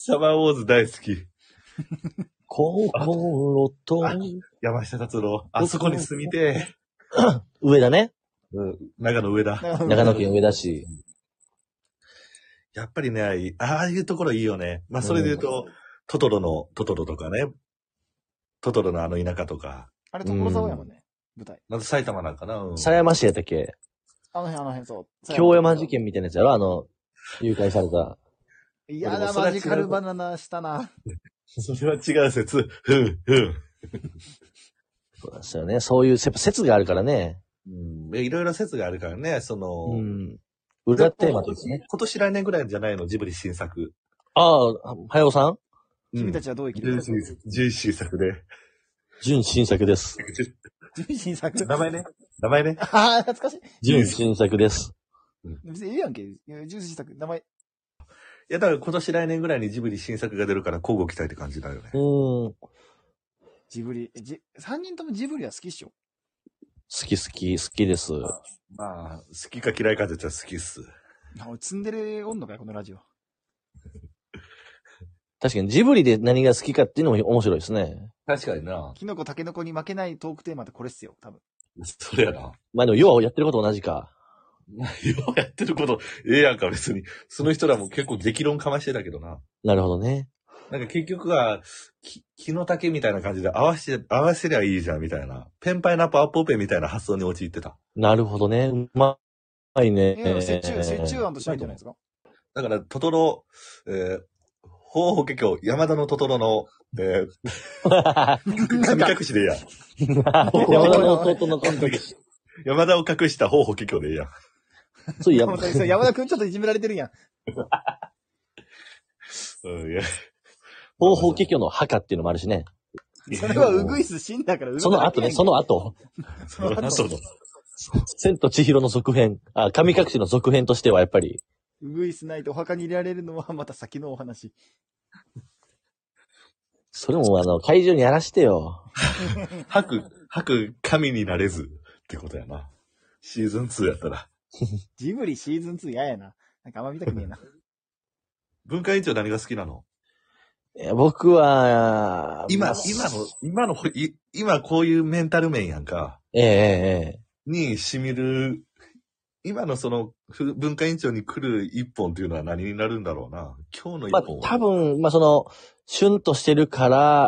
サマーウォーズ大好き。 心と、 山下達郎。あそこに住みて上だね。 長野上田。 長野県上田市。 やっぱりね、ああいうところいいよね。まあ、それで言うと、トトロとかね。トトロのあの田舎とか。 あれ、所沢やもんね。舞台。 まず埼玉なんかな。 狭山市やったっけ？ あの辺、そう。 京山事件みたいなやつやろ？誘拐された。 いやだ、マジカルバナナしたな。 それは違う説。 そうですよね。そういう説があるからね。 いろいろ説があるからね、 裏テーマとですね。 今年来年ぐらいじゃないの、ジブリ新作。 ああ、はやおさん？ 君たちはどう生きるか。 純新作で。 純新作です。 純新作。 名前ね。 ああ、懐かしい。 純新作です。 別にいいやんけ。純新作。名前。 いや、だから今年来年ぐらいにジブリ新作が出るから交互期待って感じだよね。 ジブリ、3人ともジブリは好きっしょ？ 好きです。 まあ、好きか嫌いかって言ったら好きっす。 俺、ツンデレおんのかよ、このラジオ。 確かにジブリで何が好きかっていうのも面白いですね。 確かにな。 キノコタケノコに負けないトークテーマってこれっすよ、多分。 それやな。 まあでも、要はやってること同じか。 ようやってること、ええやんか、別に。その人らも結構激論かましてたけどな。 なるほどね。 なんか結局は、木の丈みたいな感じで合わせりゃいいじゃん、みたいな。ペンパイナップアッポーペンみたいな発想に陥ってた。 なるほどね。うまいね。 折衷案としてはいいんじゃないですか？ だから、トトロ、ほうほけきょ、山田のトトロの、神隠しでいいやん。 山田の弟の監督。 山田を隠したほうほけきょでいいやん。 そう、 山田くんちょっといじめられてるやん。 方法結局の墓っていうのもあるしね。 それはウグイス死んだからその後ね、その後。千と千尋の続編。神隠しの続編としてはやっぱり。 ウグイスないとお墓に入れられるのはまた先のお話。 それも会場にやらしてよ。 吐く神になれずってことやな。シーズン2やったら。 ジブリシーズン2嫌やな。なんかあんま見たくねえな。 文化委員長何が好きなの？ 僕は、 今こういうメンタル面やんか。に染みる、今のその文化委員長に来る一本っていうのは何になるんだろうな。今日の一本は。 多分、シュンとしてるから、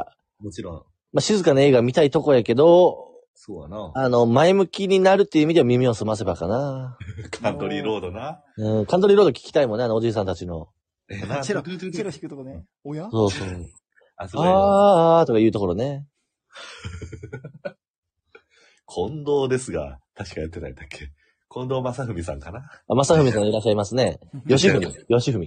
もちろん。静かな映画見たいとこやけど、 そうやな。 前向きになるっていう意味では耳を澄ませばかな。 カントリーロードな。 カントリーロード聞きたいもんね、おじいさんたちの。 チェロ弾くとこね。おや？ そうそう。あーとか言うところね。 近藤ですが、確かやってないんだっけ。近藤正文さんかな。 正文さんいらっしゃいますね。吉文。 正文。近藤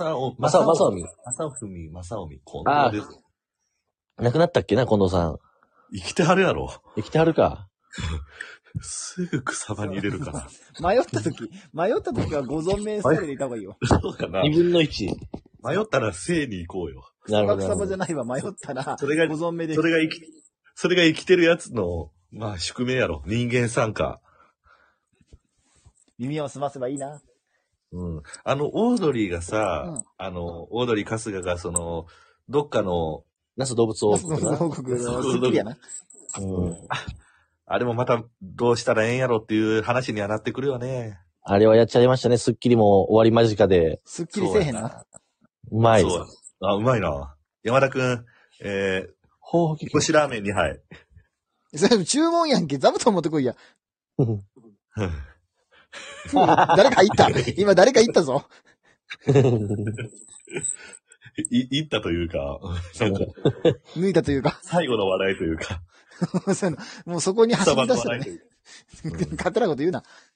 です。 亡くなったっけな、近藤さん。 生きてはるやろ。 生きてはるか。 すぐ草場に入れるかな。 迷った時はご存命スタイルでいた方がいいよ。 そうかな。 2分の1。 迷ったら生に行こうよ。 なるほど。 草場じゃないわ、迷ったら。 それがご存命で。 それが生きてるやつの、まあ、宿命やろ。人間参加。 耳を澄ませばいいな。 オードリーがさ、オードリー春日がどっかの、 那須動物王国な。 スッキリやな。 あれもまたどうしたらええんやろっていう話にはなってくるよね。 あれはやっちゃいましたね。スッキリも終わり間近で。 スッキリせえへんな。 うまい。 そう。うまいな。山田くん、 ほうきこしラーメン2杯。 それ注文やんけ。座布団持ってこいや。誰か言った今誰か言ったぞ。 言ったというか、なんか、 抜いたというか。 最後の笑いというか。 もうそこに走り出したね。勝手なこと言うな。